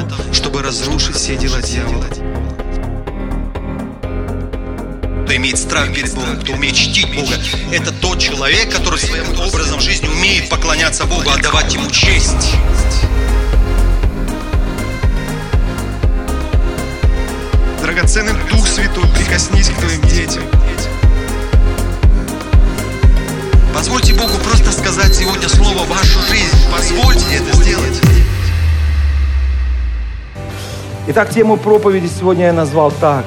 чтобы разрушить все дела дьявола. Кто имеет страх перед Богом, кто умеет чтить Бога, это тот человек, который своим образом жизни умеет поклоняться Богу, отдавать Ему честь. Драгоценный Дух Святой, прикоснись к твоим детям. Позвольте Богу просто сказать сегодня слово в вашу жизнь. Позвольте это сделать. Итак, тему проповеди сегодня я назвал так.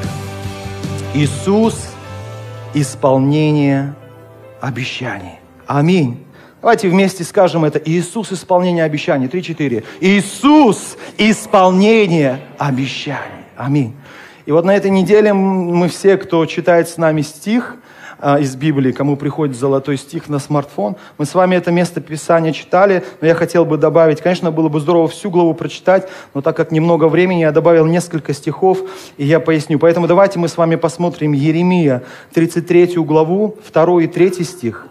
Иисус – исполнение обещаний. Аминь. Давайте вместе скажем это. Иисус – исполнение обещаний. 3-4. Иисус – исполнение обещаний. Аминь. И вот на этой неделе мы все, кто читает с нами стих из Библии, кому приходит золотой стих на смартфон, мы с вами это место Писания читали, но я хотел бы добавить, конечно, было бы здорово всю главу прочитать, но так как немного времени, я добавил несколько стихов, и я поясню. Поэтому давайте мы с вами посмотрим Иеремия, 33 главу, 2 и 3 стих,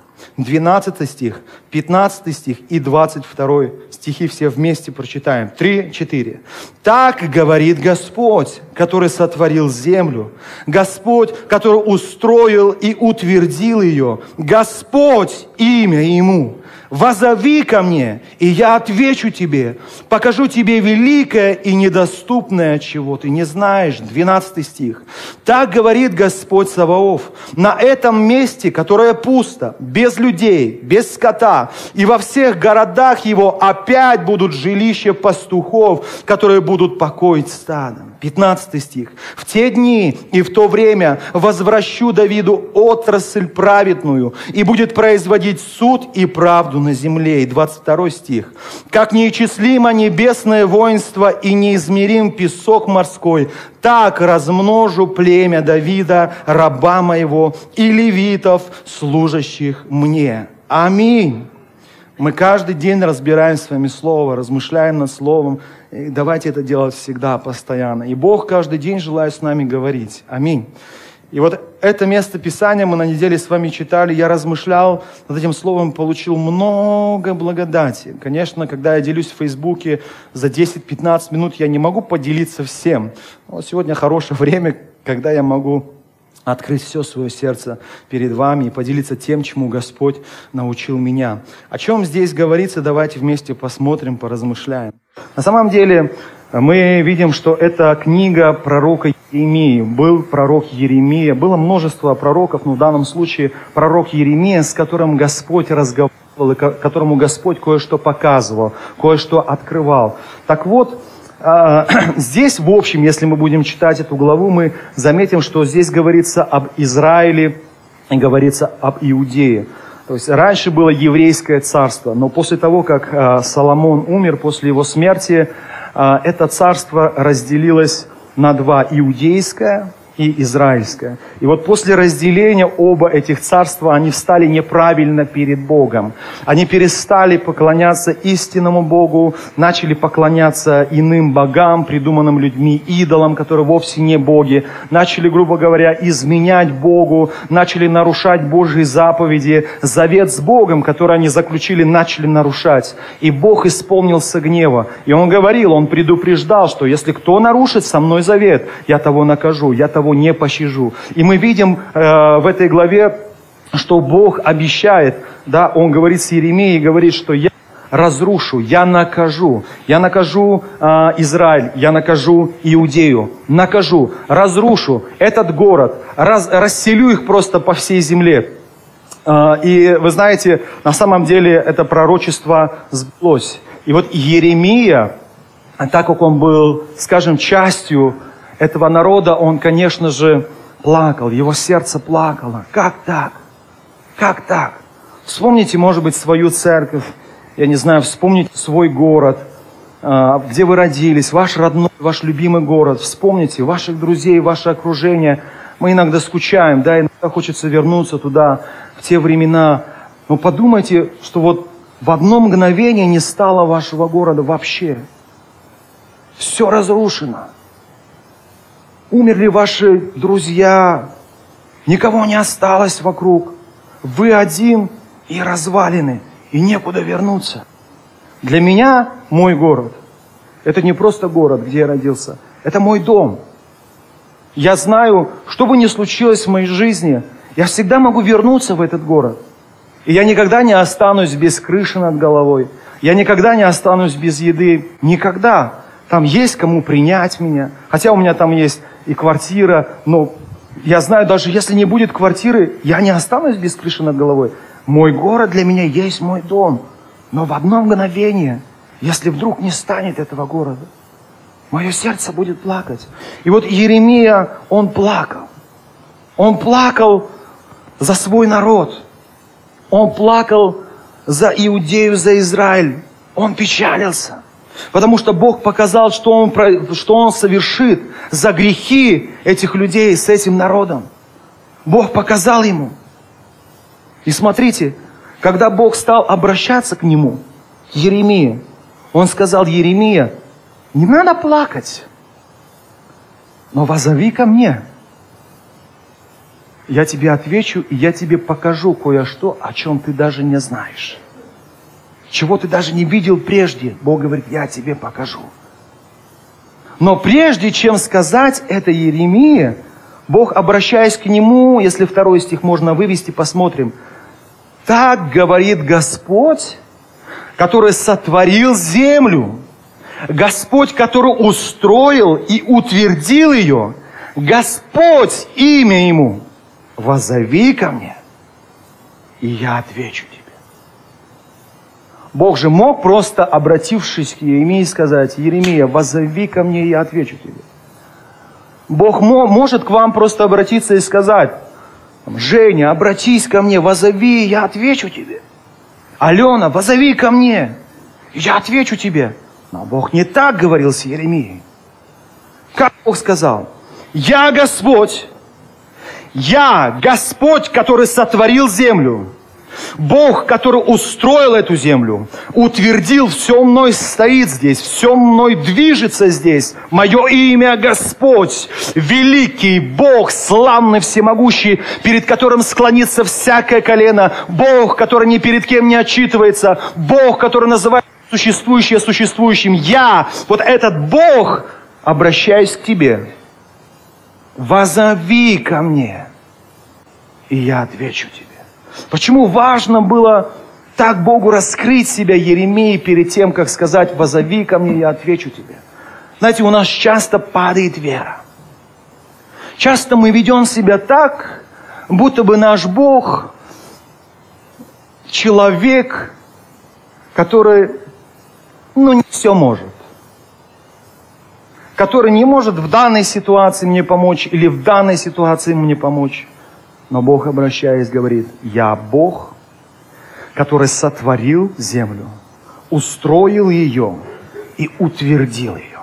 12 стих, 15 стих и 22 стихи все вместе прочитаем. 3-4. «Так говорит Господь, который сотворил землю, Господь, который устроил и утвердил ее, Господь, имя Ему. Воззови ко мне, и я отвечу тебе, покажу тебе великое и недоступное, чего ты не знаешь». 12 стих. «Так говорит Господь Саваоф, на этом месте, которое пусто, без людей, без скота, и во всех городах его опять будут жилища пастухов, которые будут покоить стадом». 15 стих. «В те дни и в то время возвращу Давиду отрасль праведную, и будет производить суд и правду на земле». И 22 стих. «Как неисчислимо небесное воинство и неизмерим песок морской, так размножу племя Давида, раба моего, и левитов, служащих мне». Аминь. Мы каждый день разбираем с вами Слово, размышляем над Словом. И давайте это делать всегда, постоянно. И Бог каждый день желает с нами говорить. Аминь. И вот это место Писания мы на неделе с вами читали. Я размышлял над этим словом, получил много благодати. Конечно, когда я делюсь в Фейсбуке за 10-15 минут, я не могу поделиться всем. Но сегодня хорошее время, когда я могу открыть все свое сердце перед вами и поделиться тем, чему Господь научил меня. О чем здесь говорится, давайте вместе посмотрим, поразмышляем. На самом деле, мы видим, что это книга пророка Иеремии. Был пророк Иеремия, было множество пророков, но в данном случае пророк Иеремия, с которым Господь разговаривал, и которому Господь кое-что показывал, кое-что открывал. Так вот, здесь, в общем, если мы будем читать эту главу, мы заметим, что здесь говорится об Израиле и говорится об Иудее. То есть раньше было еврейское царство, но после того, как Соломон умер, после его смерти, это царство разделилось на два: иудейское и израильское. И вот после разделения оба этих царства, они встали неправильно перед Богом. Они перестали поклоняться истинному Богу, начали поклоняться иным богам, придуманным людьми, идолам, которые вовсе не боги. Начали, грубо говоря, изменять Богу, начали нарушать Божьи заповеди. Завет с Богом, который они заключили, начали нарушать. И Бог исполнился гнева. И Он говорил, Он предупреждал, что если кто нарушит со мной завет, я того накажу, я того не пощажу. И мы видим в этой главе, что Бог обещает, да, Он говорит с Иеремией, говорит, что я разрушу, я накажу Израиль, я накажу Иудею, накажу, разрушу этот город, расселю их просто по всей земле. И вы знаете, на самом деле это пророчество сбылось. И вот Иеремия, так как он был, скажем, частью этого народа, он, конечно же, плакал, его сердце плакало. Как так? Как так? Вспомните, может быть, свою церковь, я не знаю, вспомните свой город, где вы родились, ваш родной, ваш любимый город. Вспомните ваших друзей, ваше окружение. Мы иногда скучаем, да, иногда хочется вернуться туда, в те времена. Но подумайте, что вот в одно мгновение не стало вашего города вообще. Все разрушено. Умерли ваши друзья, никого не осталось вокруг. Вы один и развалины, и некуда вернуться. Для меня мой город Это не просто город, где я родился. Это мой дом. Я знаю, что бы ни случилось в моей жизни, я всегда могу вернуться в этот город. И я никогда не останусь без крыши над головой. Я никогда не останусь без еды. Никогда. Там есть кому принять меня. Хотя у меня там есть и квартира, но я знаю, даже если не будет квартиры, я не останусь без крыши над головой. Мой город для меня есть мой дом. Но в одно мгновение, если вдруг не станет этого города, мое сердце будет плакать. И вот Иеремия, он плакал. Он плакал за свой народ. Он плакал за Иудею, за Израиль. Он печалился. Потому что Бог показал, что Он совершит за грехи этих людей с этим народом. Бог показал ему. И смотрите, когда Бог стал обращаться к нему, к Иеремии, Он сказал: Иеремия, не надо плакать, но воззови ко мне. Я тебе отвечу, и я тебе покажу кое-что, о чем ты даже не знаешь. Чего ты даже не видел прежде. Бог говорит: я тебе покажу. Но прежде чем сказать это Иеремии, Бог, обращаясь к нему, если 2 стих можно вывести, посмотрим. Так говорит Господь, который сотворил землю. Господь, который устроил и утвердил ее. Господь, имя Ему. Воззови ко мне, и я отвечу тебе. Бог же мог просто, обратившись к Иеремии, сказать: Иеремия, воззови ко мне, и я отвечу тебе. Бог может к вам просто обратиться и сказать: Женя, обратись ко мне, воззови, и я отвечу тебе. Алена, воззови ко мне, и я отвечу тебе. Но Бог не так говорил с Иеремией. Как Бог сказал? Я Господь, который сотворил землю. Бог, который устроил эту землю, утвердил, все мной стоит здесь, все мной движется здесь. Мое имя Господь, великий Бог, славный, всемогущий, перед которым склонится всякое колено. Бог, который ни перед кем не отчитывается. Бог, который называет существующее существующим. Я, вот этот Бог, обращаюсь к тебе. Воззови ко мне, и я отвечу тебе. Почему важно было так Богу раскрыть себя Иеремии перед тем, как сказать: воззови ко мне, я отвечу тебе? Знаете, у нас часто падает вера. Часто мы ведем себя так, будто бы наш Бог человек, который, не все может. Который не может в данной ситуации мне помочь или в данной ситуации мне помочь. Но Бог, обращаясь, говорит: я Бог, который сотворил землю, устроил ее и утвердил ее.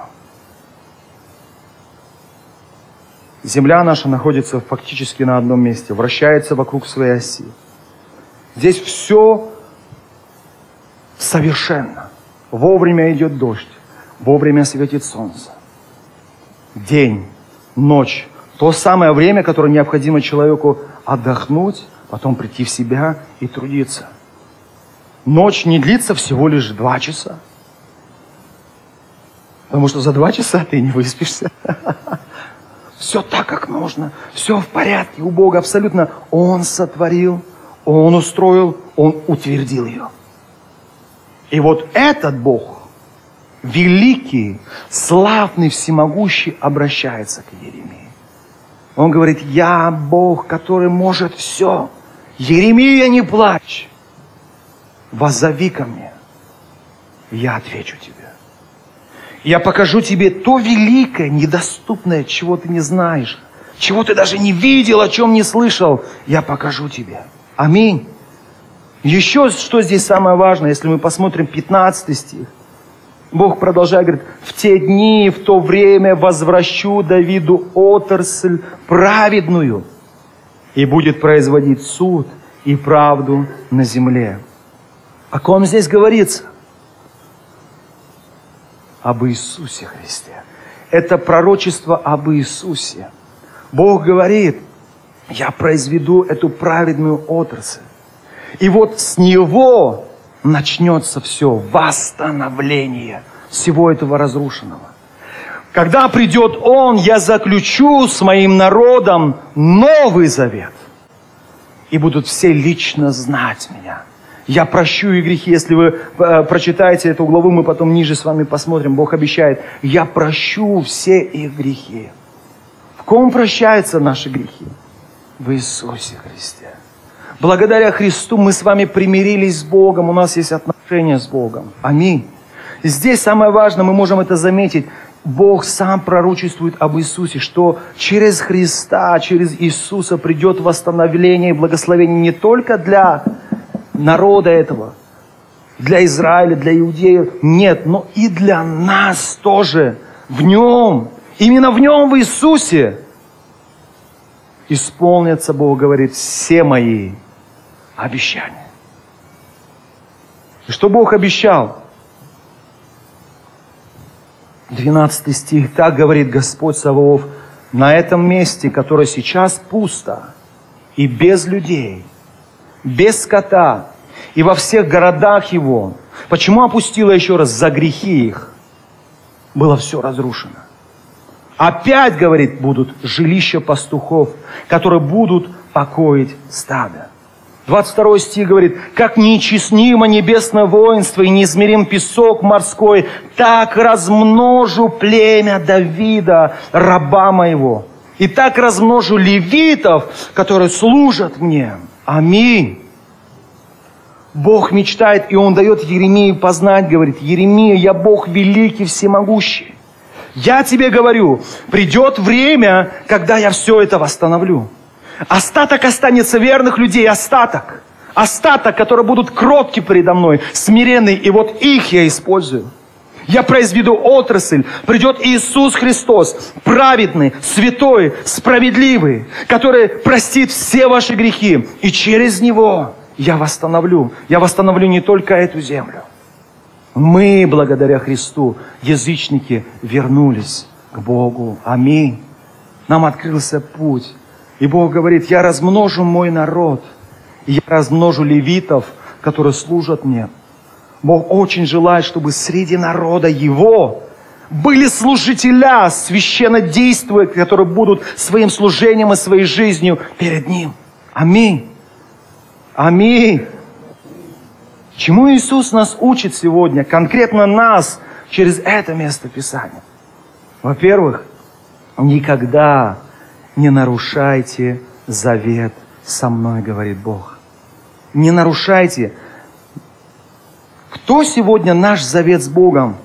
Земля наша находится фактически на одном месте, вращается вокруг своей оси. Здесь все совершенно. Вовремя идет дождь, вовремя светит солнце. День, ночь. То самое время, которое необходимо человеку отдохнуть, потом прийти в себя и трудиться. Ночь не длится всего лишь 2 часа. Потому что за 2 часа ты не выспишься. Все так, как нужно. Все в порядке у Бога абсолютно. Он сотворил, Он устроил, Он утвердил ее. И вот этот Бог, великий, славный, всемогущий, обращается к Иеремии. Он говорит: я Бог, который может все. Иеремия, не плачь. Воззови ко мне, я отвечу тебе. Я покажу тебе то великое, недоступное, чего ты не знаешь, чего ты даже не видел, о чем не слышал. Я покажу тебе. Аминь. Еще что здесь самое важное, если мы посмотрим 15 стих. Бог продолжает, говорит: в те дни, в то время возвращу Давиду отрасль праведную, и будет производить суд и правду на земле. О ком здесь говорится? Об Иисусе Христе. Это пророчество об Иисусе. Бог говорит: я произведу эту праведную отрасль. И вот с Него начнется все восстановление всего этого разрушенного. Когда придет Он, я заключу с моим народом новый завет. И будут все лично знать меня. Я прощу их грехи. Если вы прочитаете эту главу, мы потом ниже с вами посмотрим. Бог обещает, я прощу все их грехи. В ком прощаются наши грехи? В Иисусе Христе. Благодаря Христу мы с вами примирились с Богом. У нас есть отношения с Богом. Аминь. Здесь самое важное, мы можем это заметить. Бог сам пророчествует об Иисусе, что через Христа, через Иисуса придет восстановление и благословение не только для народа этого, для Израиля, для иудеев, нет, но и для нас тоже. В Нем, именно в Нем, в Иисусе, исполнятся, Бог говорит, все мои обещания. И что Бог обещал? 12 стих. Так говорит Господь Саваоф: на этом месте, которое сейчас пусто и без людей, без скота, и во всех городах его. Почему опустило еще раз? За грехи их. Было все разрушено. Опять, говорит, будут жилища пастухов, которые будут покоить стадо. 22 стих говорит: как неичислимо небесное воинство и неизмерим песок морской, так размножу племя Давида, раба моего, и так размножу левитов, которые служат мне. Аминь. Бог мечтает, и Он дает Иеремии познать, говорит: Иеремия, я Бог великий, всемогущий. Я тебе говорю, придет время, когда я все это восстановлю. Остаток останется верных людей, остаток, которые будут кротки передо мной, смиренные, и вот их я использую. Я произведу отрасль, придет Иисус Христос, праведный, святой, справедливый, который простит все ваши грехи, и через Него я восстановлю не только эту землю. Мы, благодаря Христу, язычники, вернулись к Богу. Аминь. Нам открылся путь. И Бог говорит: я размножу мой народ, и я размножу левитов, которые служат мне. Бог очень желает, чтобы среди народа Его были служителя, священно действуя, которые будут своим служением и своей жизнью перед Ним. Аминь. Аминь. Чему Иисус нас учит сегодня, конкретно нас, через это место Писания? Во-первых, никогда не нарушайте завет со мной, говорит Бог. Не нарушайте. Кто сегодня наш завет с Богом?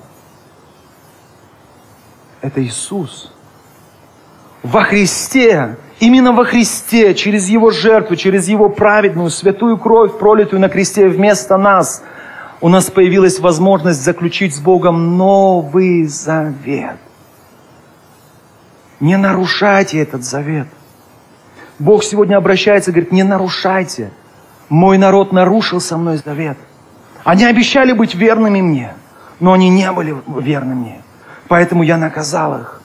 Это Иисус. Во Христе, именно во Христе, через Его жертву, через Его праведную, святую кровь, пролитую на кресте вместо нас, у нас появилась возможность заключить с Богом новый завет. Не нарушайте этот завет. Бог сегодня обращается и говорит: не нарушайте. Мой народ нарушил со мной завет. Они обещали быть верными мне, но они не были верны мне. Поэтому я наказал их.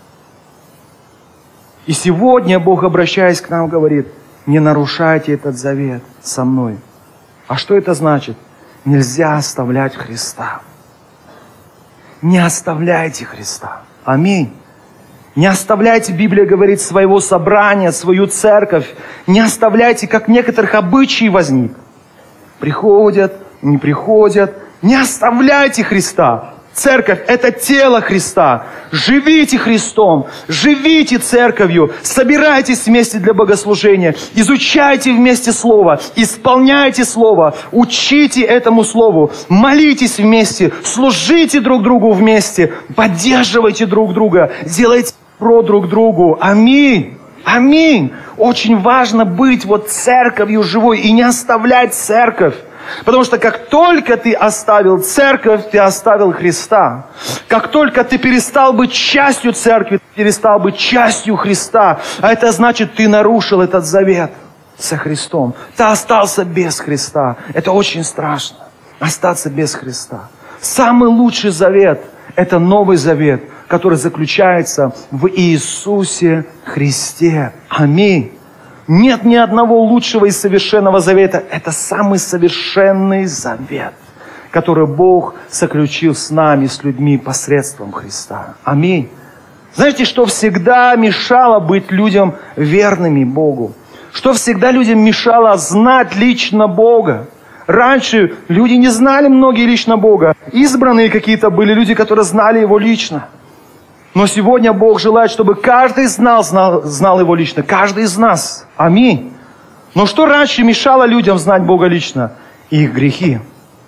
И сегодня Бог, обращаясь к нам, говорит: не нарушайте этот завет со мной. А что это значит? Нельзя оставлять Христа. Не оставляйте Христа. Аминь. Не оставляйте, Библия говорит, своего собрания, свою церковь. Не оставляйте, как некоторых обычаи возник. Приходят, не приходят. Не оставляйте Христа. Церковь – это тело Христа. Живите Христом, живите церковью, собирайтесь вместе для богослужения, изучайте вместе Слово, исполняйте Слово, учите этому Слову, молитесь вместе, служите друг другу вместе, поддерживайте друг друга, делайте добро друг другу. Аминь. Аминь. Очень важно быть вот церковью живой и не оставлять церковь. Потому что как только ты оставил церковь, ты оставил Христа. Как только ты перестал быть частью церкви, ты перестал быть частью Христа. А это значит, ты нарушил этот завет со Христом. Ты остался без Христа. Это очень страшно. Остаться без Христа. Самый лучший завет – это Новый Завет, который заключается в Иисусе Христе. Аминь. Нет ни одного лучшего и совершенного завета. Это самый совершенный завет, который Бог заключил с нами, с людьми посредством Христа. Аминь. Знаете, что всегда мешало быть людям верными Богу? Что всегда людям мешало знать лично Бога? Раньше люди не знали многие лично Бога. Избранные какие-то были люди, которые знали Его лично. Но сегодня Бог желает, чтобы каждый знал Его лично. Каждый из нас. Аминь. Но что раньше мешало людям знать Бога лично? Их грехи.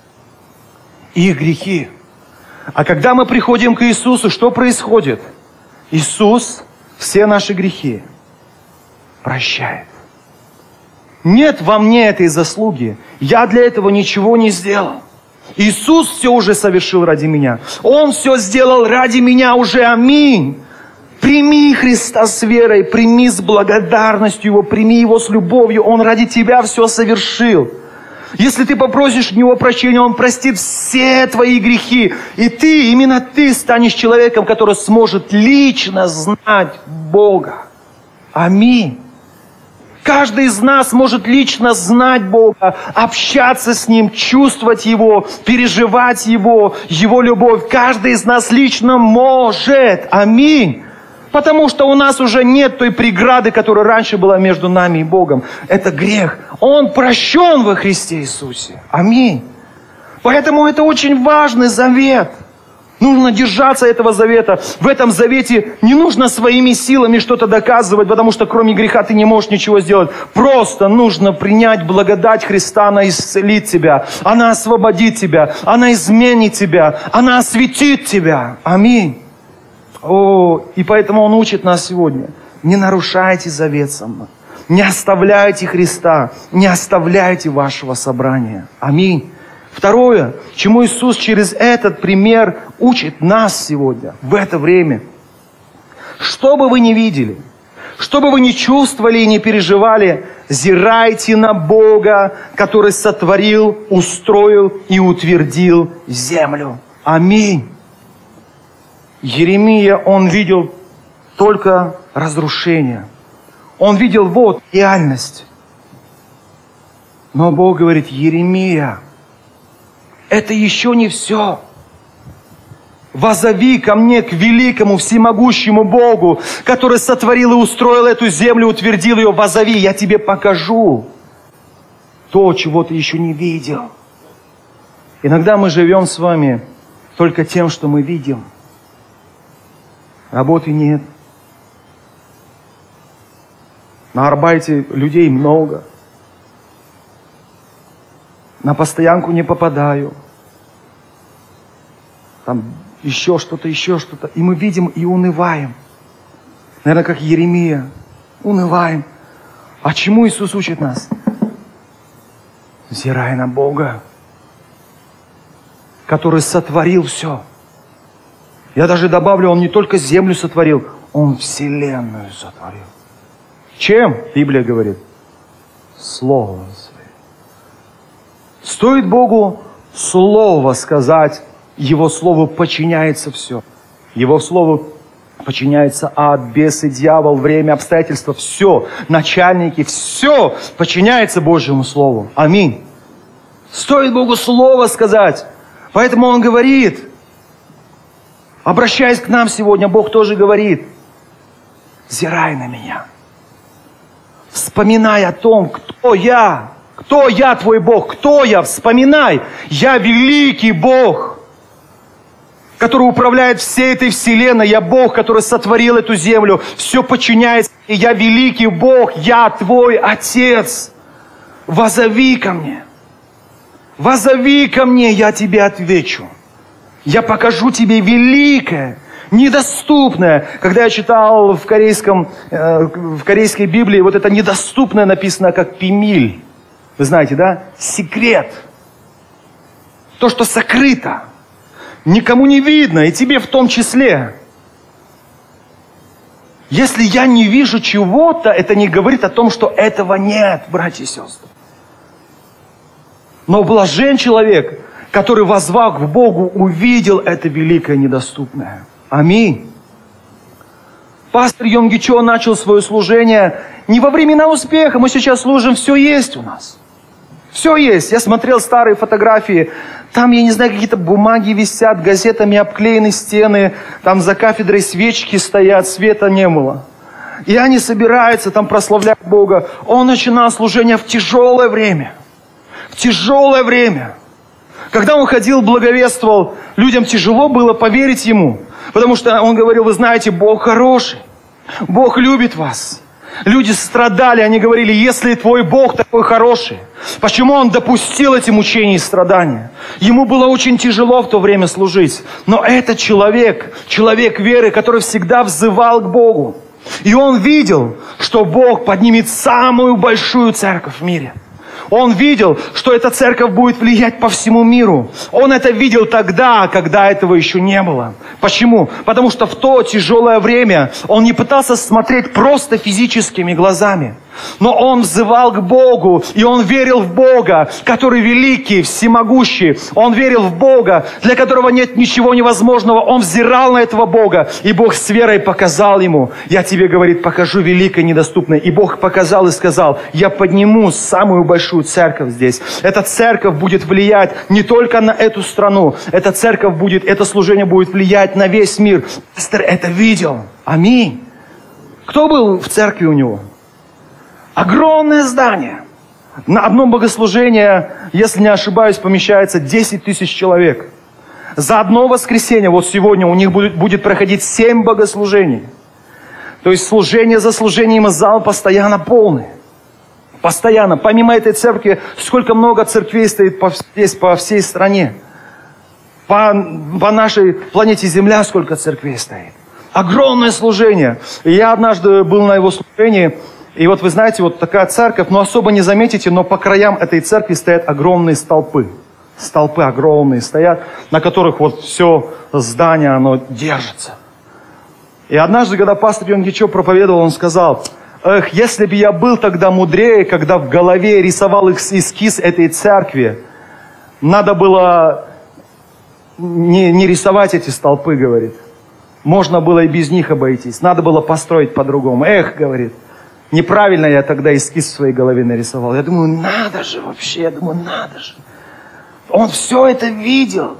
Их грехи. А когда мы приходим к Иисусу, что происходит? Иисус все наши грехи прощает. Нет во мне этой заслуги. Я для этого ничего не сделал. Иисус все уже совершил ради меня. Он все сделал ради меня уже. Аминь. Прими Христа с верой, прими с благодарностью Его, прими Его с любовью. Он ради тебя все совершил. Если ты попросишь у Него прощения, Он простит все твои грехи. И ты, именно ты станешь человеком, который сможет лично знать Бога. Аминь. Каждый из нас может лично знать Бога, общаться с Ним, чувствовать Его, переживать Его любовь. Каждый из нас лично может. Аминь. Потому что у нас уже нет той преграды, которая раньше была между нами и Богом. Это грех. Он прощен во Христе Иисусе. Аминь. Поэтому это очень важный завет. Нужно держаться этого завета. В этом завете не нужно своими силами что-то доказывать, потому что кроме греха ты не можешь ничего сделать. Просто нужно принять благодать Христа. Она исцелит тебя. Она освободит тебя. Она изменит тебя. Она осветит тебя. Аминь. И поэтому Он учит нас сегодня. Не нарушайте завет со мной. Не оставляйте Христа. Не оставляйте вашего собрания. Аминь. Второе, чему Иисус через этот пример учит нас сегодня, в это время. Что бы вы ни видели, что бы вы ни чувствовали и не переживали, взирайте на Бога, который сотворил, устроил и утвердил землю. Аминь. Еремия, он видел только разрушение. Он видел реальность. Но Бог говорит: Еремия, это еще не все. Воззови ко мне, к великому, всемогущему Богу, который сотворил и устроил эту землю, утвердил ее. Воззови, я тебе покажу то, чего ты еще не видел. Иногда мы живем с вами только тем, что мы видим. Работы нет. На Арбате людей много. На постоянку не попадаю. Там еще что-то. И мы видим и унываем. Наверное, как Еремия. Унываем. А чему Иисус учит нас? Взирай на Бога, который сотворил все. Я даже добавлю, Он не только землю сотворил, Он вселенную сотворил. Чем? Библия говорит. Словом Своим. Стоит Богу слово сказать, Его слову подчиняется все. Его слову подчиняется ад, бесы, дьявол, время, обстоятельства. Все, начальники, все подчиняется Божьему слову. Аминь. Стоит Богу слово сказать. Поэтому Он говорит, обращаясь к нам сегодня, Бог тоже говорит: взирай на меня. Вспоминай о том, кто я. Кто я, твой Бог? Кто я? Вспоминай. Я великий Бог, который управляет всей этой вселенной. Я Бог, который сотворил эту землю. Все подчиняется. И я великий Бог. Я твой Отец. Воззови ко мне. Воззови ко мне, я тебе отвечу. Я покажу тебе великое, недоступное. Когда я читал в корейской Библии, вот это недоступное написано как пимиль. Вы знаете, да? Секрет. То, что сокрыто. Никому не видно, и тебе в том числе. Если я не вижу чего-то, это не говорит о том, что этого нет, братья и сестры. Но блажен человек, который, воззвав к Богу, увидел это великое недоступное. Аминь. Пастор Йонги Чо начал свое служение не во времена успеха. Мы сейчас служим, все есть у нас. Все есть. Я смотрел старые фотографии, Там, я не знаю, какие-то бумаги висят, газетами обклеены стены, там за кафедрой свечки стоят, света не было. И они собираются там прославлять Бога. Он начинал служение в тяжелое время. В тяжелое время. Когда он ходил, благовествовал, людям тяжело было поверить ему. Потому что он говорил, вы знаете, Бог хороший. Бог любит вас. Люди страдали, они говорили, если твой Бог такой хороший, почему Он допустил эти мучения и страдания? Ему было очень тяжело в то время служить. Но этот человек веры, который всегда взывал к Богу. И он видел, что Бог поднимет самую большую церковь в мире. Он видел, что эта церковь будет влиять по всему миру. Он это видел тогда, когда этого еще не было. Почему? Потому что в то тяжелое время он не пытался смотреть просто физическими глазами. Но он взывал к Богу, и он верил в Бога, который великий, всемогущий. Он верил в Бога, для которого нет ничего невозможного. Он взирал на этого Бога, и Бог с верой показал ему. Я тебе, говорит, покажу великое, недоступное. И Бог показал и сказал, я подниму самую большую церковь здесь. Эта церковь будет влиять не только на эту страну. Эта церковь будет, это служение будет влиять на весь мир. Пастор это видел. Аминь. Кто был в церкви у него? Огромное здание. На одном богослужении, если не ошибаюсь, помещается 10 тысяч человек. За одно воскресенье, вот сегодня у них будет проходить 7 богослужений. То есть служение за служением, зал постоянно полный. Постоянно. Помимо этой церкви, сколько много церквей стоит по всей стране. По нашей планете Земля сколько церквей стоит. Огромное служение. И я однажды был на его служении. И вот вы знаете, вот такая церковь, но особо не заметите, но по краям этой церкви стоят огромные столпы. Столпы огромные стоят, на которых вот все здание, оно держится. И однажды, когда пастор Йонгичо проповедовал, он сказал, эх, если бы я был тогда мудрее, когда в голове рисовал эскиз этой церкви, надо было не рисовать эти столпы, говорит. Можно было и без них обойтись, надо было построить по-другому. Эх, говорит. Неправильно я тогда эскиз в своей голове нарисовал. Я думаю, надо же вообще, надо же. Он все это видел.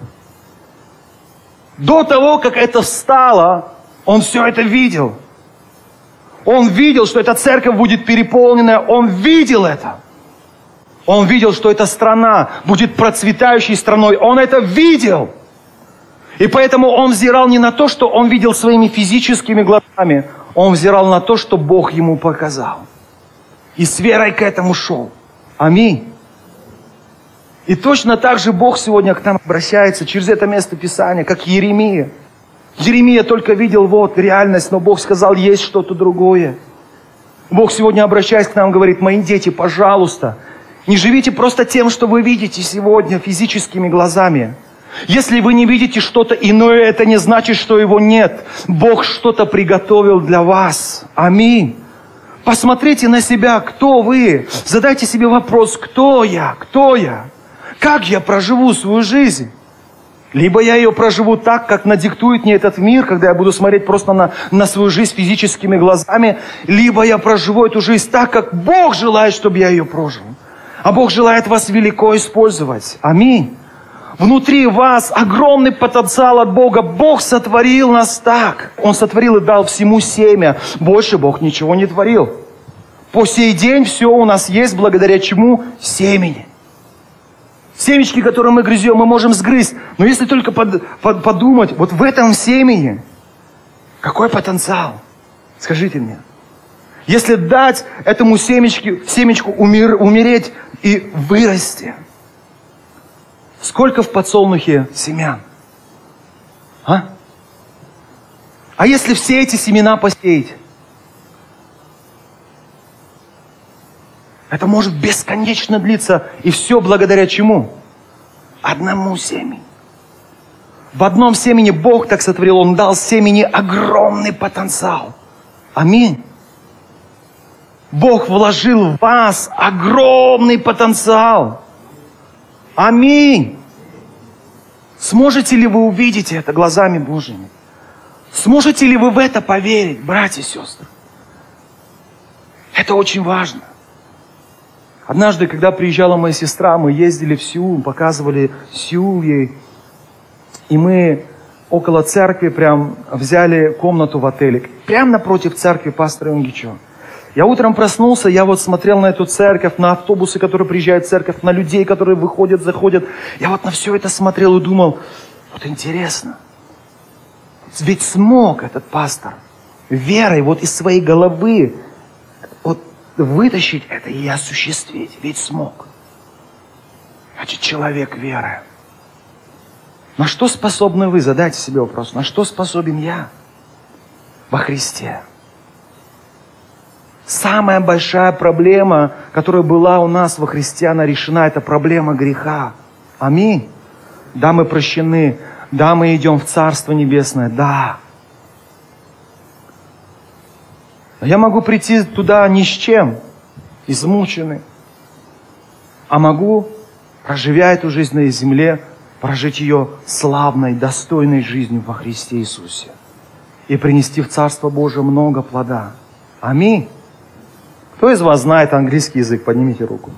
До того, как это встало, он все это видел. Он видел, что эта церковь будет переполненная. Он видел это. Он видел, что эта страна будет процветающей страной. Он это видел. И поэтому он взирал не на то, что он видел своими физическими глазами. Он взирал на то, что Бог ему показал. И с верой к этому шел. Аминь. И точно так же Бог сегодня к нам обращается через это место Писания, как Иеремия. Иеремия только видел вот реальность, но Бог сказал, есть что-то другое. Бог сегодня, обращаясь к нам, говорит, мои дети, пожалуйста, не живите просто тем, что вы видите сегодня физическими глазами. Если вы не видите что-то иное, это не значит, что его нет. Бог что-то приготовил для вас. Аминь. Посмотрите на себя, кто вы. Задайте себе вопрос, кто я? Кто я? Как я проживу свою жизнь? Либо я ее проживу так, как надиктует мне этот мир, когда я буду смотреть просто на свою жизнь физическими глазами, либо я проживу эту жизнь так, как Бог желает, чтобы я ее прожил. А Бог желает вас велико использовать. Аминь. Внутри вас огромный потенциал от Бога. Бог сотворил нас так. Он сотворил и дал всему семя. Больше Бог ничего не творил. По сей день все у нас есть благодаря чему? Семени. Семечки, которые мы грызем, мы можем сгрызть. Но если только подумать, вот в этом семени, какой потенциал? Скажите мне. Если дать этому семечку умереть и вырасти, сколько в подсолнухе семян? А если все эти семена посеять? Это может бесконечно длиться. И все благодаря чему? Одному семени. В одном семени Бог так сотворил. Он дал семени огромный потенциал. Аминь. Бог вложил в вас огромный потенциал. Аминь. Сможете ли вы увидеть это глазами Божьими? Сможете ли вы в это поверить, братья и сестры? Это очень важно. Однажды, когда приезжала моя сестра, мы ездили в Сеул, показывали Сеул ей. И мы около церкви прям взяли комнату в отеле. Прямо напротив церкви пастора Йонгичо. Я утром проснулся, я вот смотрел на эту церковь, на автобусы, которые приезжают в церковь, на людей, которые выходят, заходят. Я вот на все это смотрел и думал, вот интересно. Ведь смог этот пастор верой вот из своей головы вот вытащить это и осуществить. Ведь смог. Значит, человек веры. На что способны вы? Задайте себе вопрос. На что способен я во Христе? Самая большая проблема, которая была у нас во Христе, она решена. Это проблема греха. Аминь. Да, мы прощены. Да, мы идем в Царство Небесное. Да. Но я могу прийти туда ни с чем, измученный. А могу, проживя эту жизнь на земле, прожить ее славной, достойной жизнью во Христе Иисусе. И принести в Царство Божие много плода. Аминь. Кто из вас знает английский язык? Поднимите руку.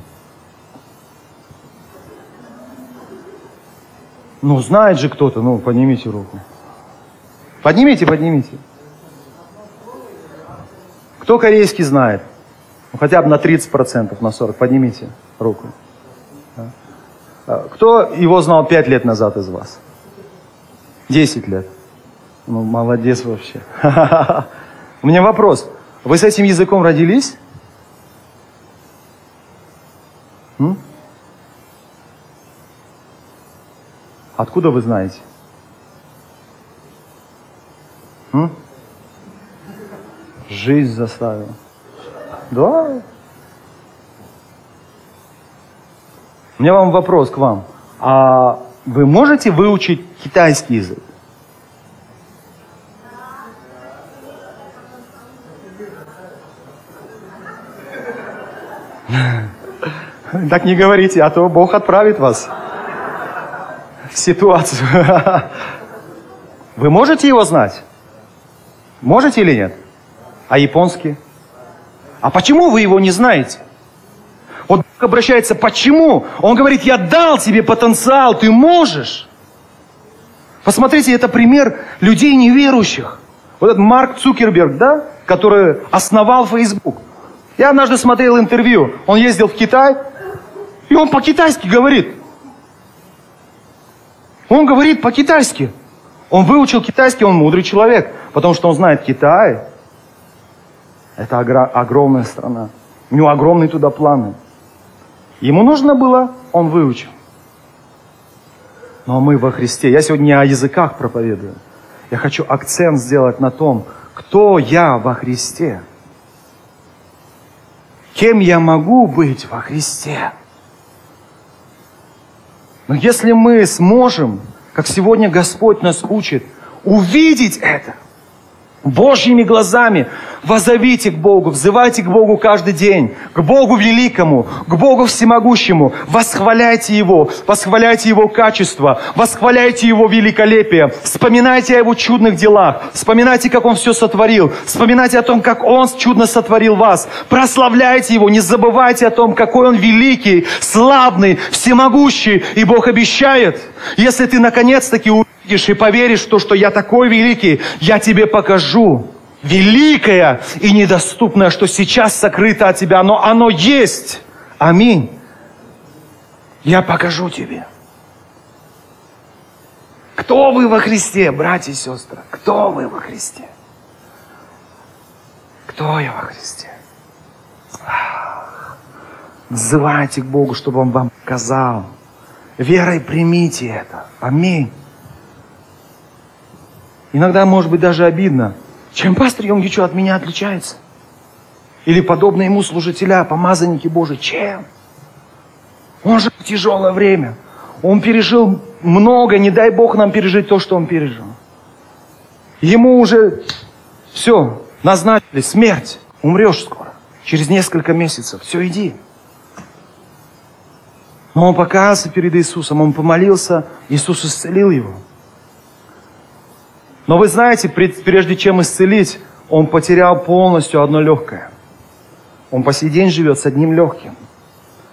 Ну, знает же кто-то. Ну, поднимите руку. Поднимите. Кто корейский знает? Ну, хотя бы на 30%, на 40%. Поднимите руку. Кто его знал 5 лет назад из вас? 10 лет. Ну, молодец вообще. У меня вопрос. Вы с этим языком родились? Откуда вы знаете? Жизнь заставила. Да. У меня вам вопрос к вам. А вы можете выучить китайский язык? Так не говорите, а то Бог отправит вас в ситуацию. Вы можете его знать? Можете или нет? А японский? А почему вы его не знаете? Вот Бог обращается, почему? Он говорит, я дал тебе потенциал, ты можешь. Посмотрите, это пример людей неверующих. Вот этот Марк Цукерберг, да, который основал Facebook. Я однажды смотрел интервью, он ездил в Китай, и он по-китайски говорит. Он говорит по-китайски. Он выучил китайский, он мудрый человек, потому что он знает Китай. Это огромная страна. У него огромные туда планы. Ему нужно было, он выучил. Но мы во Христе. Я сегодня не о языках проповедую. Я хочу акцент сделать на том, кто я во Христе. Кем я могу быть во Христе? Но если мы сможем, как сегодня Господь нас учит, увидеть это Божьими глазами, воззовите к Богу, взывайте к Богу каждый день, к Богу великому, к Богу всемогущему, восхваляйте Его качество, восхваляйте Его великолепие, вспоминайте о Его чудных делах, вспоминайте, как Он все сотворил, вспоминайте о том, как Он чудно сотворил вас, прославляйте Его, не забывайте о том, какой Он великий, славный, всемогущий, и Бог обещает, если ты наконец-таки увидишь и поверишь в то, что я такой великий, я тебе покажу великое и недоступное, что сейчас сокрыто от тебя, но оно есть. Аминь. Я покажу тебе. Кто вы во Христе, братья и сестры? Кто вы во Христе? Кто я во Христе? Взывайте к Богу, чтобы Он вам показал. Верой примите это. Аминь. Иногда, может быть, даже обидно. Чем пастор Йонгичо от меня отличается? Или подобно ему служителя, помазанники Божии? Чем? Он же в тяжелое время. Он пережил много, не дай Бог нам пережить то, что он пережил. Ему уже все, назначили смерть. Умрешь скоро. Через несколько месяцев. Все, иди. Но он покаялся перед Иисусом, он помолился, Иисус исцелил его. Но вы знаете, прежде чем исцелить, он потерял полностью одно легкое. Он по сей день живет с одним легким.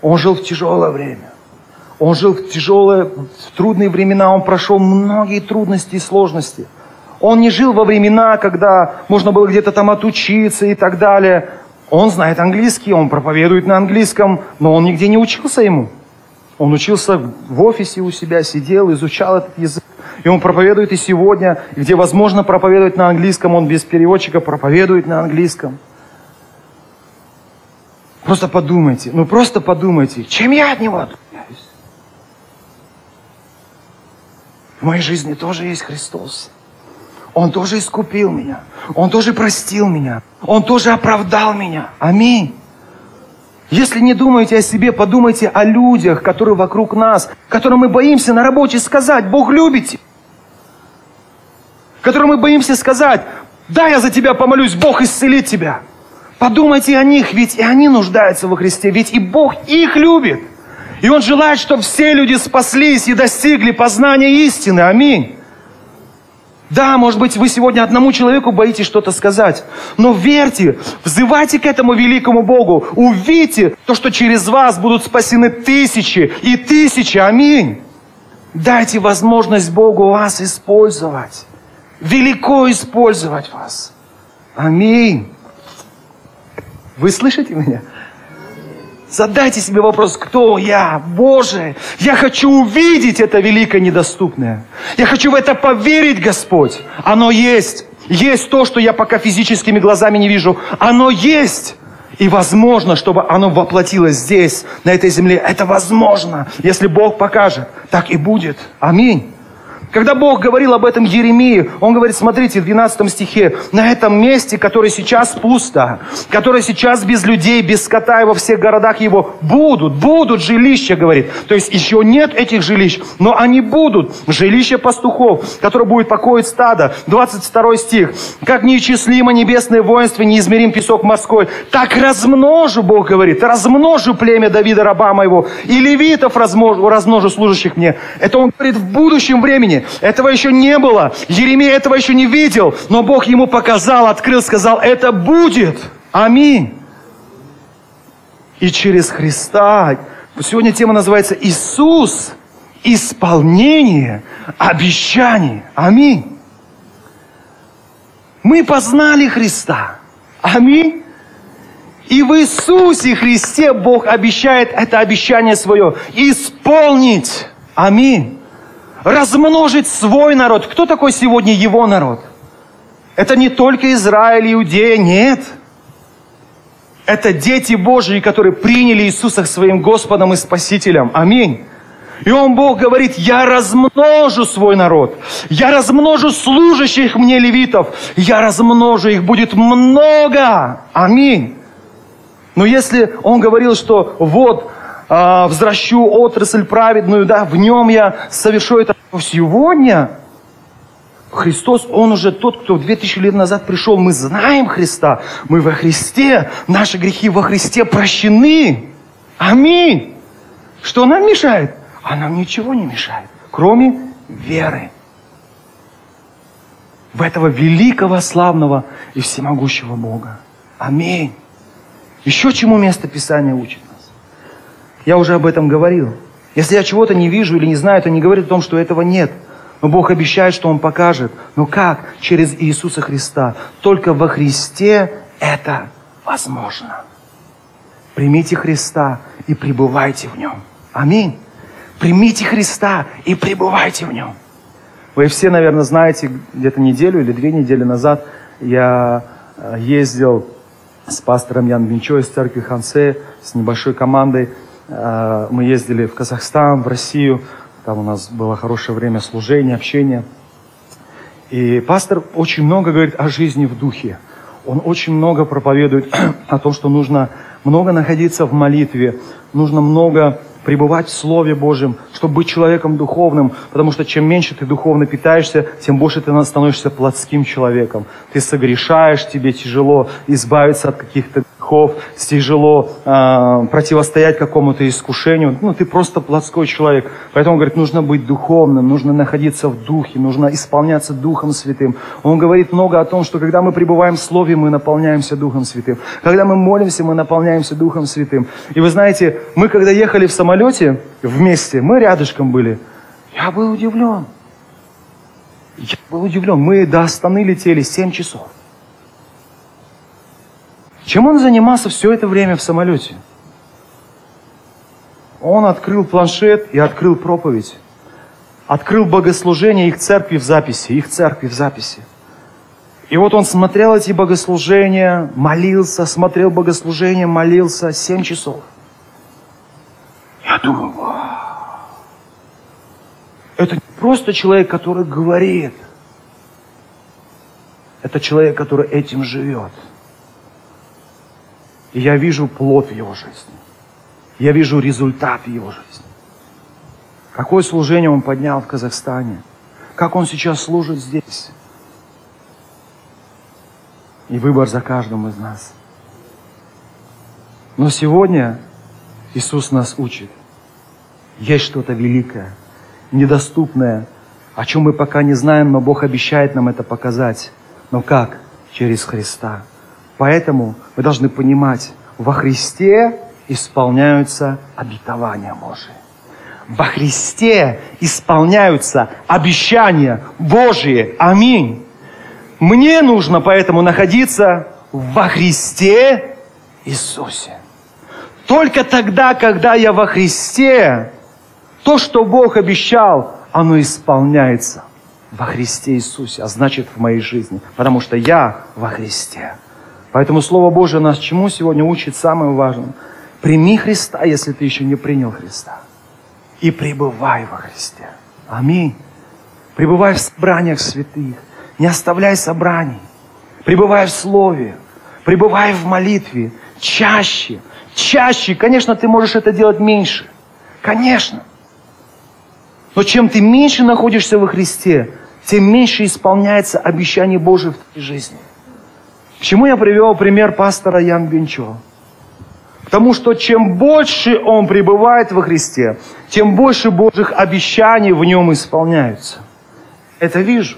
Он жил в тяжелое время. Он жил в трудные времена. Он прошел многие трудности и сложности. Он не жил во времена, когда можно было где-то там отучиться и так далее. Он знает английский, он проповедует на английском, но он нигде не учился ему. Он учился в офисе у себя, сидел, изучал этот язык. И он проповедует и сегодня, где возможно проповедовать на английском, он без переводчика проповедует на английском. Просто подумайте, чем я от него отличаюсь? В моей жизни тоже есть Христос. Он тоже искупил меня. Он тоже простил меня. Он тоже оправдал меня. Аминь. Если не думаете о себе, подумайте о людях, которые вокруг нас, которым мы боимся на работе сказать: Бог любит тебя. Которым мы боимся сказать: да, я за тебя помолюсь, Бог исцелит тебя. Подумайте о них, ведь и они нуждаются во Христе, ведь и Бог их любит. И Он желает, чтобы все люди спаслись и достигли познания истины. Аминь. Да, может быть, вы сегодня одному человеку боитесь что-то сказать, но верьте, взывайте к этому великому Богу, увидьте то, что через вас будут спасены тысячи и тысячи. Аминь. Дайте возможность Богу вас использовать, велико использовать вас. Аминь. Вы слышите меня? Задайте себе вопрос: кто я? Боже, я хочу увидеть это великое недоступное. Я хочу в это поверить, Господь. Оно есть. Есть то, что я пока физическими глазами не вижу. Оно есть. И возможно, чтобы оно воплотилось здесь, на этой земле. Это возможно. Если Бог покажет, так и будет. Аминь. Когда Бог говорил об этом Еремии, Он говорит: смотрите, в 12 стихе: на этом месте, которое сейчас пусто, которое сейчас без людей, без скота, и во всех городах его будут жилища, говорит. То есть еще нет этих жилищ, но они будут. Жилища пастухов, которое будет покоить стадо. 22 стих. Как неисчислимо небесное воинство, неизмерим песок морской, так размножу, Бог говорит, размножу племя Давида, раба моего, и левитов размножу служащих мне. Это Он говорит в будущем времени. Этого еще не было. Еремия этого еще не видел. Но Бог ему показал, открыл, сказал: это будет. Аминь. И через Христа. Сегодня тема называется Иисус. Исполнение обещаний. Аминь. Мы познали Христа. Аминь. И в Иисусе Христе Бог обещает это обещание свое исполнить. Аминь. Размножить свой народ. Кто такой сегодня Его народ? Это не только Израиль, Иудея, нет. Это дети Божьи, которые приняли Иисуса своим Господом и Спасителем. Аминь. И Он, Бог, говорит: я размножу свой народ. Я размножу служащих мне левитов. Я размножу их, будет много. Аминь. Но если Он говорил, что вот... взращу отрасль праведную, да, в нем я совершу это. Сегодня Христос, Он уже тот, кто 2000 лет назад пришел. Мы знаем Христа, мы во Христе, наши грехи во Христе прощены. Аминь. Что нам мешает? А нам ничего не мешает, кроме веры в этого великого, славного и всемогущего Бога. Аминь. Еще чему место Писания учит? Я уже об этом говорил. Если я чего-то не вижу или не знаю, это не говорит о том, что этого нет. Но Бог обещает, что Он покажет. Но как? Через Иисуса Христа. Только во Христе это возможно. Примите Христа и пребывайте в Нем. Аминь. Примите Христа и пребывайте в Нем. Вы все, наверное, знаете, где-то неделю или 2 недели назад я ездил с пастором Ян Бинчо из церкви Хансе, с небольшой командой. Мы ездили в Казахстан, в Россию. Там у нас было хорошее время служения, общения. И пастор очень много говорит о жизни в духе. Он очень много проповедует о том, что нужно много находиться в молитве, нужно много пребывать в Слове Божьем, чтобы быть человеком духовным, потому что чем меньше ты духовно питаешься, тем больше ты становишься плотским человеком. Ты согрешаешь, тебе тяжело избавиться от каких-то тяжело противостоять какому-то искушению. Ну, ты просто плотской человек. Поэтому, он говорит, нужно быть духовным, нужно находиться в духе, нужно исполняться Духом Святым. Он говорит много о том, что когда мы пребываем в Слове, мы наполняемся Духом Святым. Когда мы молимся, мы наполняемся Духом Святым. И вы знаете, мы когда ехали в самолете вместе, мы рядышком были, я был удивлен. Мы до Астаны летели 7 часов. Чем он занимался все это время в самолете? Он открыл планшет и открыл проповедь. Открыл богослужение их церкви в записи. И вот он смотрел эти богослужения, молился, смотрел богослужения, молился 7 часов. Я думаю, вау. Это не просто человек, который говорит. Это человек, который этим живет. И я вижу плод в его жизни. Я вижу результат в его жизни. Какое служение он поднял в Казахстане. Как он сейчас служит здесь. И выбор за каждым из нас. Но сегодня Иисус нас учит. Есть что-то великое, недоступное, о чем мы пока не знаем, но Бог обещает нам это показать. Но как? Через Христа. Поэтому мы должны понимать, во Христе исполняются обетования Божии. Во Христе исполняются обещания Божьи. Аминь. Мне нужно поэтому находиться во Христе Иисусе. Только тогда, когда я во Христе, то, что Бог обещал, оно исполняется во Христе Иисусе, а значит в моей жизни, потому что я во Христе. Поэтому Слово Божие нас чему сегодня учит самым важным? Прими Христа, если ты еще не принял Христа. И пребывай во Христе. Аминь. Пребывай в собраниях святых. Не оставляй собраний. Пребывай в Слове. Пребывай в молитве. Чаще. Конечно, ты можешь это делать меньше. Конечно. Но чем ты меньше находишься во Христе, тем меньше исполняется обещание Божие в твоей жизни. К чему я привел пример пастора Ян Бенчо? Потому что чем больше он пребывает во Христе, тем больше Божьих обещаний в нем исполняются. Это вижу.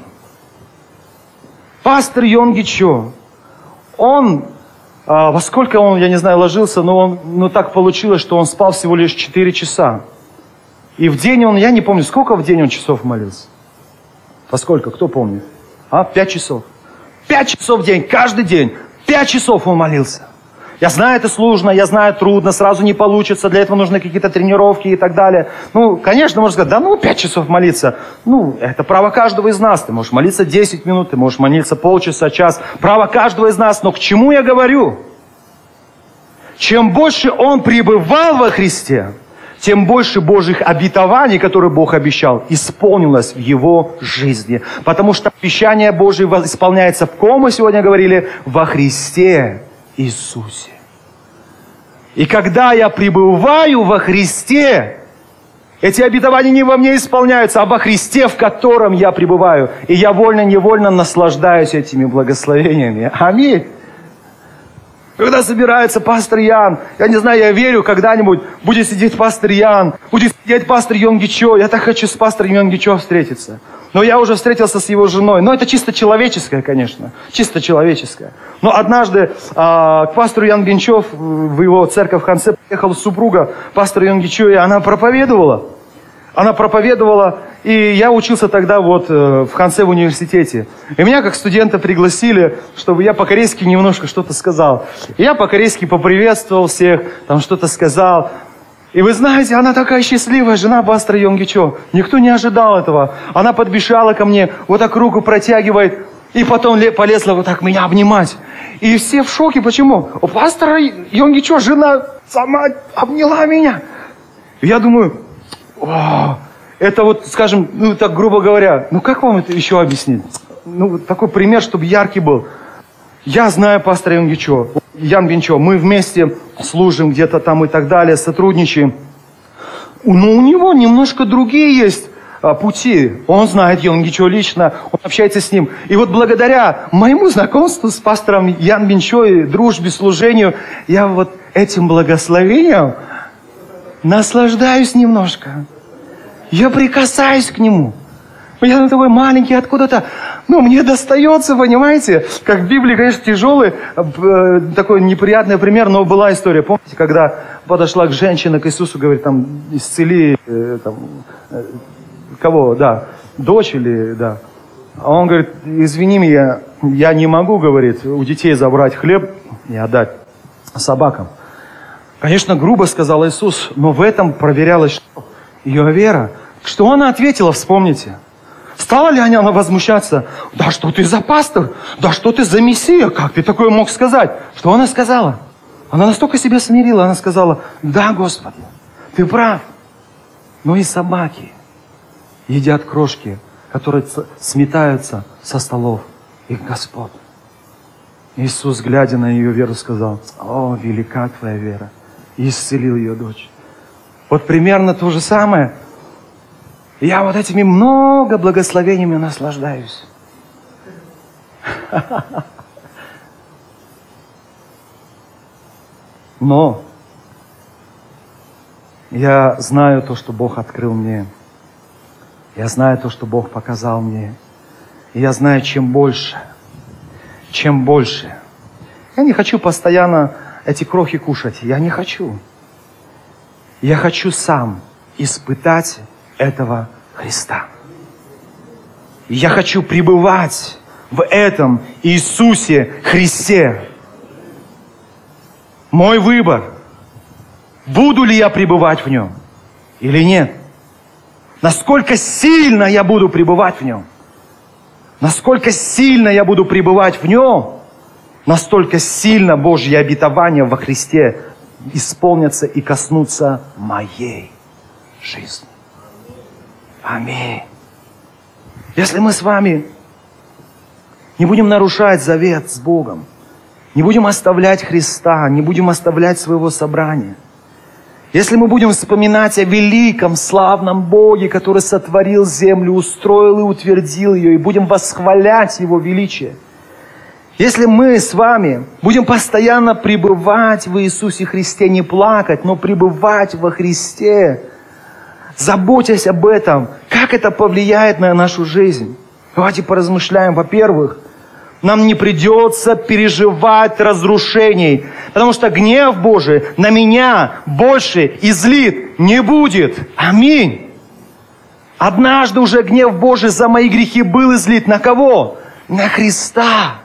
Пастор Йонги Чо, он, во сколько он, я не знаю, ложился, но так получилось, что он спал всего лишь 4 часа. И в день он, я не помню, сколько в день он часов молился? Во сколько, кто помнит? 5 часов. 5 часов в день, каждый день. 5 часов он молился. Я знаю, это сложно, я знаю, трудно, сразу не получится, для этого нужны какие-то тренировки и так далее. Конечно, можно сказать, 5 часов молиться. Это право каждого из нас. Ты можешь молиться 10 минут, ты можешь молиться полчаса, час. Право каждого из нас. Но к чему я говорю? Чем больше он пребывал во Христе, тем больше Божьих обетований, которые Бог обещал, исполнилось в его жизни. Потому что обещание Божие исполняется в ком, мы сегодня говорили? Во Христе Иисусе. И когда я пребываю во Христе, эти обетования не во мне исполняются, а во Христе, в котором я пребываю. И я вольно-невольно наслаждаюсь этими благословениями. Аминь. Когда собирается пастор Ян, я не знаю, я верю, когда-нибудь будет сидеть пастор Ян, будет сидеть пастор Йонги Чо. Я так хочу с пастором Йонги Чо встретиться. Но я уже встретился с его женой. Но это чисто человеческое, конечно. Чисто человеческое. Но однажды к пастору Ян Генчо в его церковь в Хансе приехала супруга пастора Йонги Чо, и она проповедовала. И я учился тогда в Хансе в университете. И меня как студента пригласили, чтобы я по-корейски немножко что-то сказал. И я по-корейски поприветствовал всех, там что-то сказал. И вы знаете, она такая счастливая, жена пастора Йонги Чо. Никто не ожидал этого. Она подбежала ко мне, вот так руку протягивает, и потом полезла вот так меня обнимать. И все в шоке. Почему? У пастора Йонги Чо жена сама обняла меня. И я думаю, это скажем, так грубо говоря, как вам это еще объяснить? Такой пример, чтобы яркий был. Я знаю пастора Йонги Чо, Ян Бенчо, мы вместе служим где-то там и так далее, сотрудничаем. Но у него немножко другие есть пути. Он знает Йонгичо лично, он общается с ним. И вот благодаря моему знакомству с пастором Ян Минчой, дружбе, служению, я вот этим благословением наслаждаюсь немножко. Я прикасаюсь к нему. Я такой маленький откуда-то. Ну, мне достается, понимаете? Как в Библии, конечно, тяжелый, такой неприятный пример, но была история. Помните, когда подошла женщина к Иисусу, говорит, там, исцели, кого, да, дочь или, да. А он говорит, извини меня, я не могу, говорит, у детей забрать хлеб и отдать собакам. Конечно, грубо сказал Иисус, но в этом проверялась ее вера. Что она ответила, вспомните. Стала ли она возмущаться? Да что ты за пастор? Да что ты за мессия? Как ты такое мог сказать? Что она сказала? Она настолько себя смирила, она сказала, да, Господи, ты прав. Но и собаки едят крошки, которые сметаются со столов их Господ. Иисус, глядя на ее веру, сказал, о, велика твоя вера. И исцелил ее дочь. Вот примерно то же самое. Я вот этими много благословениями наслаждаюсь. Но я знаю то, что Бог открыл мне. Я знаю то, что Бог показал мне. И я знаю, чем больше. Я не хочу постоянно эти крохи кушать. Я не хочу. Я хочу сам испытать этого Христа. Я хочу пребывать в этом Иисусе Христе. Мой выбор. Буду ли я пребывать в Нем или нет? Насколько сильно я буду пребывать в Нем? Насколько сильно я буду пребывать в Нем, настолько сильно Божьи обетования во Христе исполнятся и коснутся моей жизни. Аминь. Если мы с вами не будем нарушать завет с Богом, не будем оставлять Христа, не будем оставлять своего собрания, если мы будем вспоминать о великом, славном Боге, который сотворил землю, устроил и утвердил ее, и будем восхвалять Его величие, если мы с вами будем постоянно пребывать в Иисусе Христе, не плакать, но пребывать во Христе, заботясь об этом, как это повлияет на нашу жизнь? Давайте поразмышляем. Во-первых, нам не придется переживать разрушений, потому что гнев Божий на меня больше излит не будет. Аминь. Однажды уже гнев Божий за мои грехи был излит на кого? На Христа.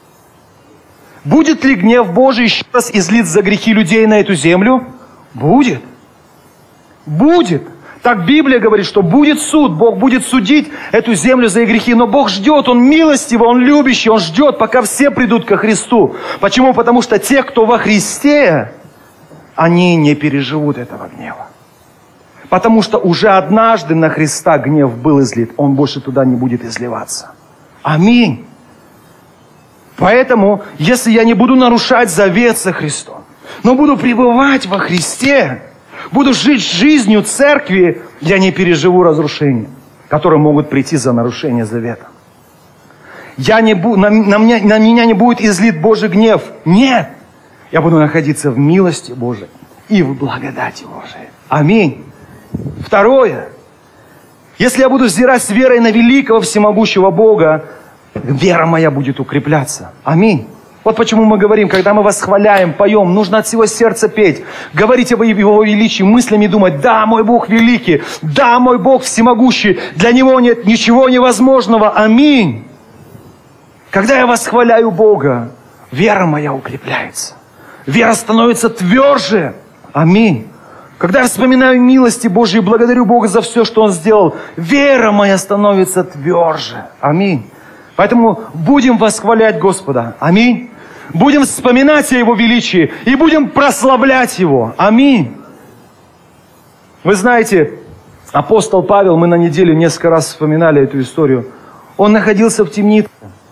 Будет ли гнев Божий еще раз излит за грехи людей на эту землю? Будет. Будет. Так Библия говорит, что будет суд, Бог будет судить эту землю за их грехи. Но Бог ждет, Он милостивый, Он любящий, Он ждет, пока все придут ко Христу. Почему? Потому что те, кто во Христе, они не переживут этого гнева. Потому что уже однажды на Христа гнев был излит, Он больше туда не будет изливаться. Аминь. Поэтому, если я не буду нарушать завет со Христом, но буду пребывать во Христе, буду жить жизнью церкви, я не переживу разрушения, которые могут прийти за нарушение завета. На меня не будет излит Божий гнев. Нет. Я буду находиться в милости Божией и в благодати Божией. Аминь. Второе. Если я буду взирать с верой на великого всемогущего Бога, вера моя будет укрепляться. Аминь. Вот почему мы говорим, когда мы восхваляем, поем, нужно от всего сердца петь, говорить об Его величии, мыслями думать, да, мой Бог великий, да, мой Бог всемогущий, для Него нет ничего невозможного. Аминь. Когда я восхваляю Бога, вера моя укрепляется. Вера становится тверже. Аминь. Когда я вспоминаю милости Божьи, благодарю Бога за все, что Он сделал, вера моя становится тверже. Аминь. Поэтому будем восхвалять Господа. Аминь. Будем вспоминать о Его величии и будем прославлять Его. Аминь. Вы знаете, апостол Павел, мы на неделе несколько раз вспоминали эту историю, он находился в темнице.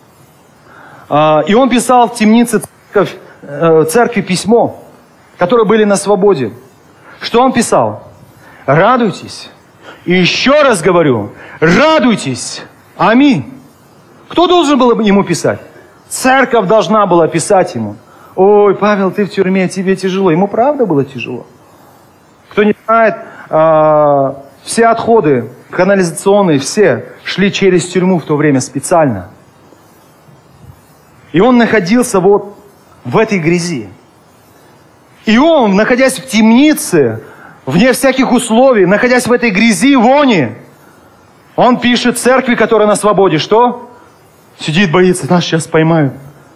И он писал в темнице церкви письмо, которые были на свободе. Что он писал? Радуйтесь И еще раз говорю, радуйтесь. Аминь. Кто должен был ему писать? Церковь должна была писать ему. Ой, Павел, ты в тюрьме, тебе тяжело. Ему правда было тяжело. Кто не знает, все отходы канализационные, все шли через тюрьму в то время специально. И он находился вот в этой грязи. И он, находясь в темнице, вне всяких условий, находясь в этой грязи, вони, он пишет церкви, которая на свободе, что? Сидит, боится, нас сейчас поймают.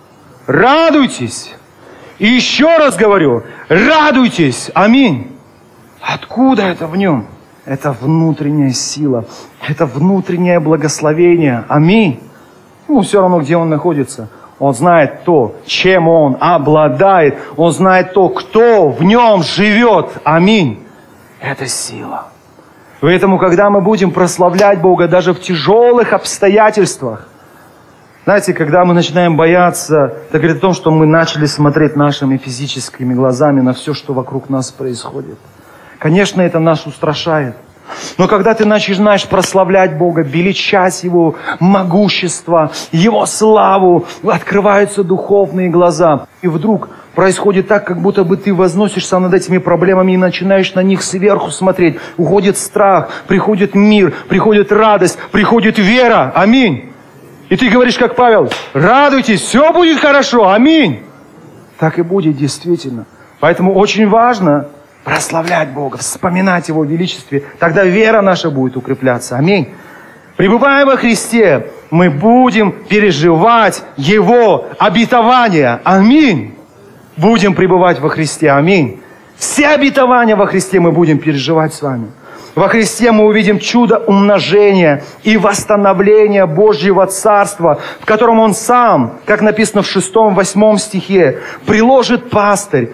Радуйтесь. И еще раз говорю, радуйтесь. Аминь. Откуда это в нем? Это внутренняя сила. Это внутреннее благословение. Аминь. Ну, все равно, где он находится. Он знает то, чем он обладает. Он знает то, кто в нем живет. Аминь. Это сила. Поэтому, когда мы будем прославлять Бога даже в тяжелых обстоятельствах, знаете, когда мы начинаем бояться, это говорит о том, что мы начали смотреть нашими физическими глазами на все, что вокруг нас происходит. Конечно, это нас устрашает. Но когда ты начинаешь прославлять Бога, величать Его могущество, Его славу, открываются духовные глаза. И вдруг происходит так, как будто бы ты возносишься над этими проблемами и начинаешь на них сверху смотреть. Уходит страх, приходит мир, приходит радость, приходит вера. Аминь. И ты говоришь, как Павел, радуйтесь, все будет хорошо. Аминь. Так и будет действительно. Поэтому очень важно прославлять Бога, вспоминать Его величестве. Тогда вера наша будет укрепляться. Аминь. Пребывая во Христе, мы будем переживать Его обетования. Аминь. Будем пребывать во Христе. Аминь. Все обетования во Христе мы будем переживать с вами. Во Христе мы увидим чудо умножения и восстановления Божьего Царства, в котором Он сам, как написано в 6-8 стихе, приложит пластырь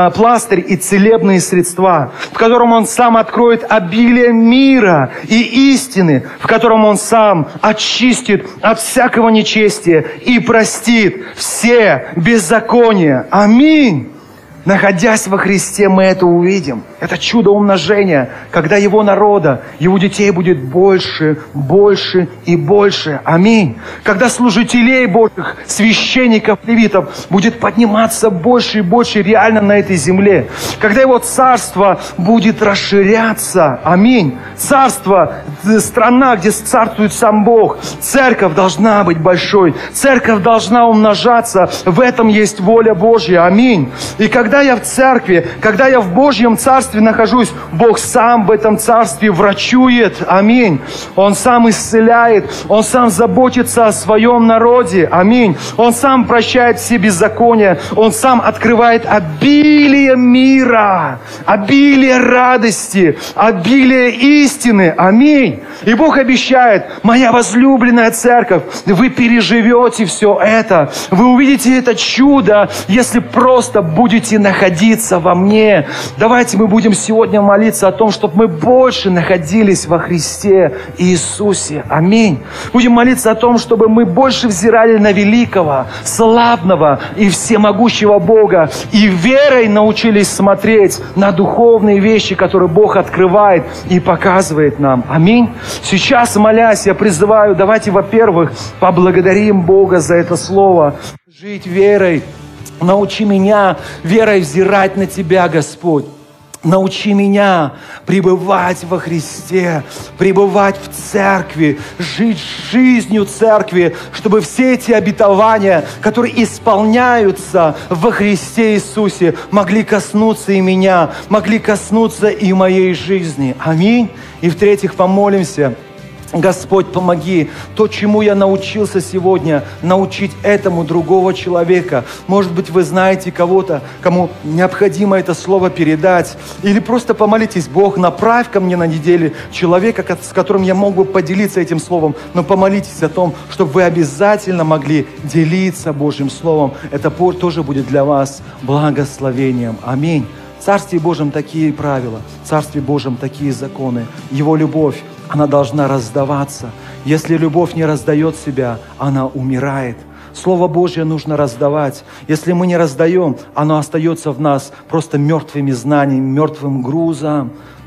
и целебные средства, в котором Он сам откроет обилие мира и истины, в котором Он сам очистит от всякого нечестия и простит все беззакония. Аминь. Находясь во Христе, мы это увидим. Это чудо умножения, когда Его народа, Его детей будет больше, больше и больше. Аминь. Когда служителей Божьих, священников, левитов будет подниматься больше и больше реально на этой земле. Когда Его царство будет расширяться. Аминь. Царство, страна, где царствует сам Бог. Церковь должна быть большой. Церковь должна умножаться. В этом есть воля Божья. Аминь. И когда я в церкви, когда я в Божьем царстве нахожусь, Бог сам в этом царстве врачует. Аминь. Он сам исцеляет. Он сам заботится о своем народе. Аминь. Он сам прощает все беззакония. Он сам открывает обилие мира, обилие радости, обилие истины. Аминь. И Бог обещает, моя возлюбленная церковь, вы переживете все это. Вы увидите это чудо, если просто будете находиться во мне. Давайте мы будем сегодня молиться о том, чтобы мы больше находились во Христе Иисусе. Аминь. Будем молиться о том, чтобы мы больше взирали на великого, славного и всемогущего Бога и верой научились смотреть на духовные вещи, которые Бог открывает и показывает нам. Аминь. Сейчас, молясь, я призываю, давайте, во-первых, поблагодарим Бога за это слово. Жить верой. Научи меня верой взирать на Тебя, Господь. Научи меня пребывать во Христе, пребывать в церкви, жить жизнью церкви, чтобы все эти обетования, которые исполняются во Христе Иисусе, могли коснуться и меня, могли коснуться и моей жизни. Аминь. И в-третьих, помолимся. Господь, помоги то, чему я научился сегодня, научить этому другого человека. Может быть, вы знаете кого-то, кому необходимо это слово передать. Или просто помолитесь: Бог, направь ко мне на неделе человека, с которым я мог бы поделиться этим словом. Но помолитесь о том, чтобы вы обязательно могли делиться Божьим словом. Это тоже будет для вас благословением. Аминь. В Царстве Божьем такие правила, в Царстве Божьем такие законы. Его любовь, она должна раздаваться. Если любовь не раздает себя, она умирает. Слово Божье нужно раздавать. Если мы не раздаем, оно остается в нас просто мертвыми знаниями, мертвым грузом.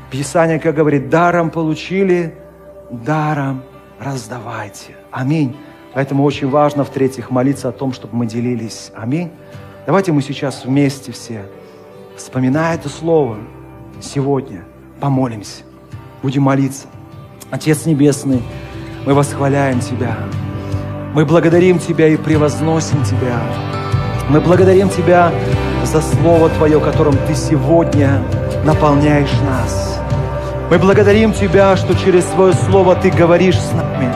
Писание, как говорит, даром получили, даром раздавайте. Аминь. Поэтому очень важно, в-третьих, молиться о том, чтобы мы делились. Аминь. Давайте мы сейчас вместе все, вспоминая это слово, сегодня помолимся. Будем молиться. Отец Небесный, мы восхваляем Тебя. Мы благодарим Тебя и превозносим Тебя. Мы благодарим Тебя за Слово Твое, которым Ты сегодня наполняешь нас. Мы благодарим Тебя, что через Свое Слово Ты говоришь с нами.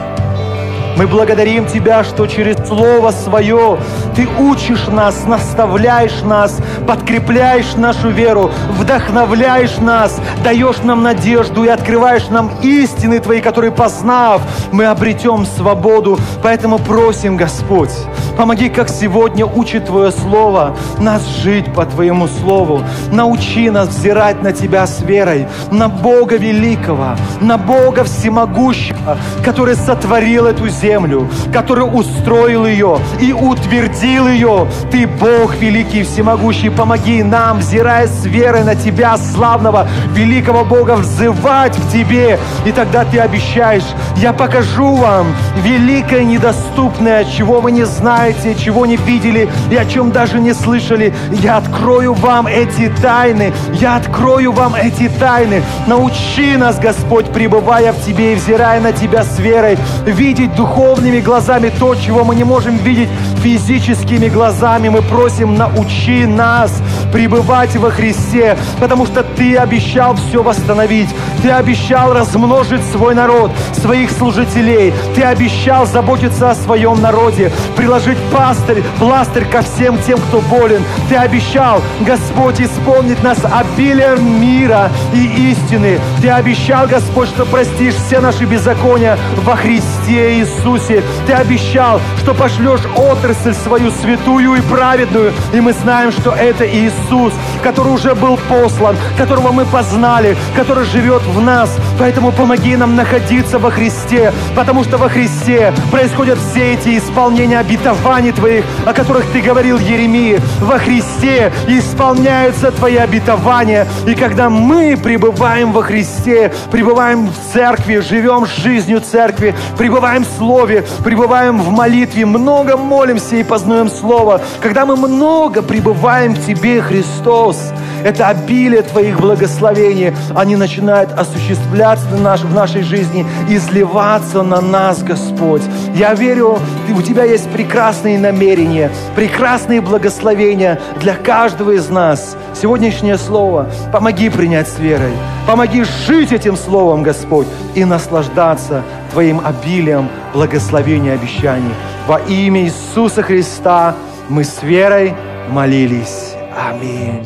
Мы благодарим Тебя, что через Слово Свое Ты учишь нас, наставляешь нас, подкрепляешь нашу веру, вдохновляешь нас, даешь нам надежду и открываешь нам истины Твои, которые, познав, мы обретем свободу. Поэтому просим, Господь, помоги, как сегодня учит Твое Слово, нас жить по Твоему Слову. Научи нас взирать на Тебя с верой, на Бога великого, на Бога всемогущего, который сотворил эту землю, который устроил ее и утвердил ее. Ты Бог великий и всемогущий. Помоги нам, взирая с верой на Тебя, славного, великого Бога, взывать к Тебе. И тогда Ты обещаешь: я покажу вам великое недоступное, чего вы не знаете, чего не видели и о чем даже не слышали. Я открою вам эти тайны. Я открою вам эти тайны. Научи нас, Господь, пребывая в Тебе и взирая на Тебя с верой, видеть духовными глазами то, чего мы не можем видеть физическими глазами. Мы просим, научи нас пребывать во Христе, потому что Ты обещал все восстановить. Ты обещал размножить свой народ, своих служителей. Ты обещал заботиться о своем народе, приложить пластырь ко всем тем, кто болен. Ты обещал, Господь, исполнить нас обилием мира и истины. Ты обещал, Господь, что простишь все наши беззакония во Христе Иисусе. Ты обещал, что пошлешь отрасль свою святую и праведную. И мы знаем, что это Иисус, который уже был послан, которого мы познали, который живет в нас. Поэтому помоги нам находиться во Христе, потому что во Христе происходят все эти исполнения обетований Твоих, о которых Ты говорил Еремии. Во Христе исполняются Твои обетования. И когда мы пребываем во Христе, пребываем в церкви, живем жизнью церкви, пребываем в Слове, пребываем в молитве, много молимся и познаем Слово. Когда мы много пребываем в Тебе, Христос, это обилие Твоих благословений, они начинают осуществляться в нашей жизни, изливаться на нас, Господь. Я верю, у Тебя есть прекрасные намерения, прекрасные благословения для каждого из нас. Сегодняшнее слово помоги принять с верой, помоги жить этим словом, Господь, и наслаждаться Твоим обилием благословений и обещаний. Во имя Иисуса Христа мы с верой молились. Аминь.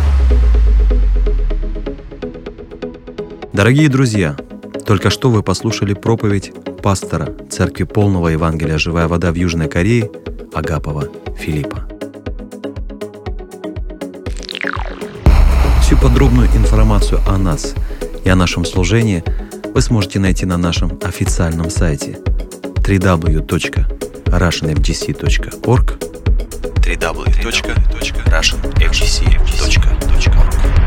Дорогие друзья, только что вы послушали проповедь пастора Церкви Полного Евангелия «Живая вода» в Южной Корее Агапова Филиппа. Всю подробную информацию о нас и о нашем служении вы сможете найти на нашем официальном сайте www.russianfgc.org www.russianfgc.org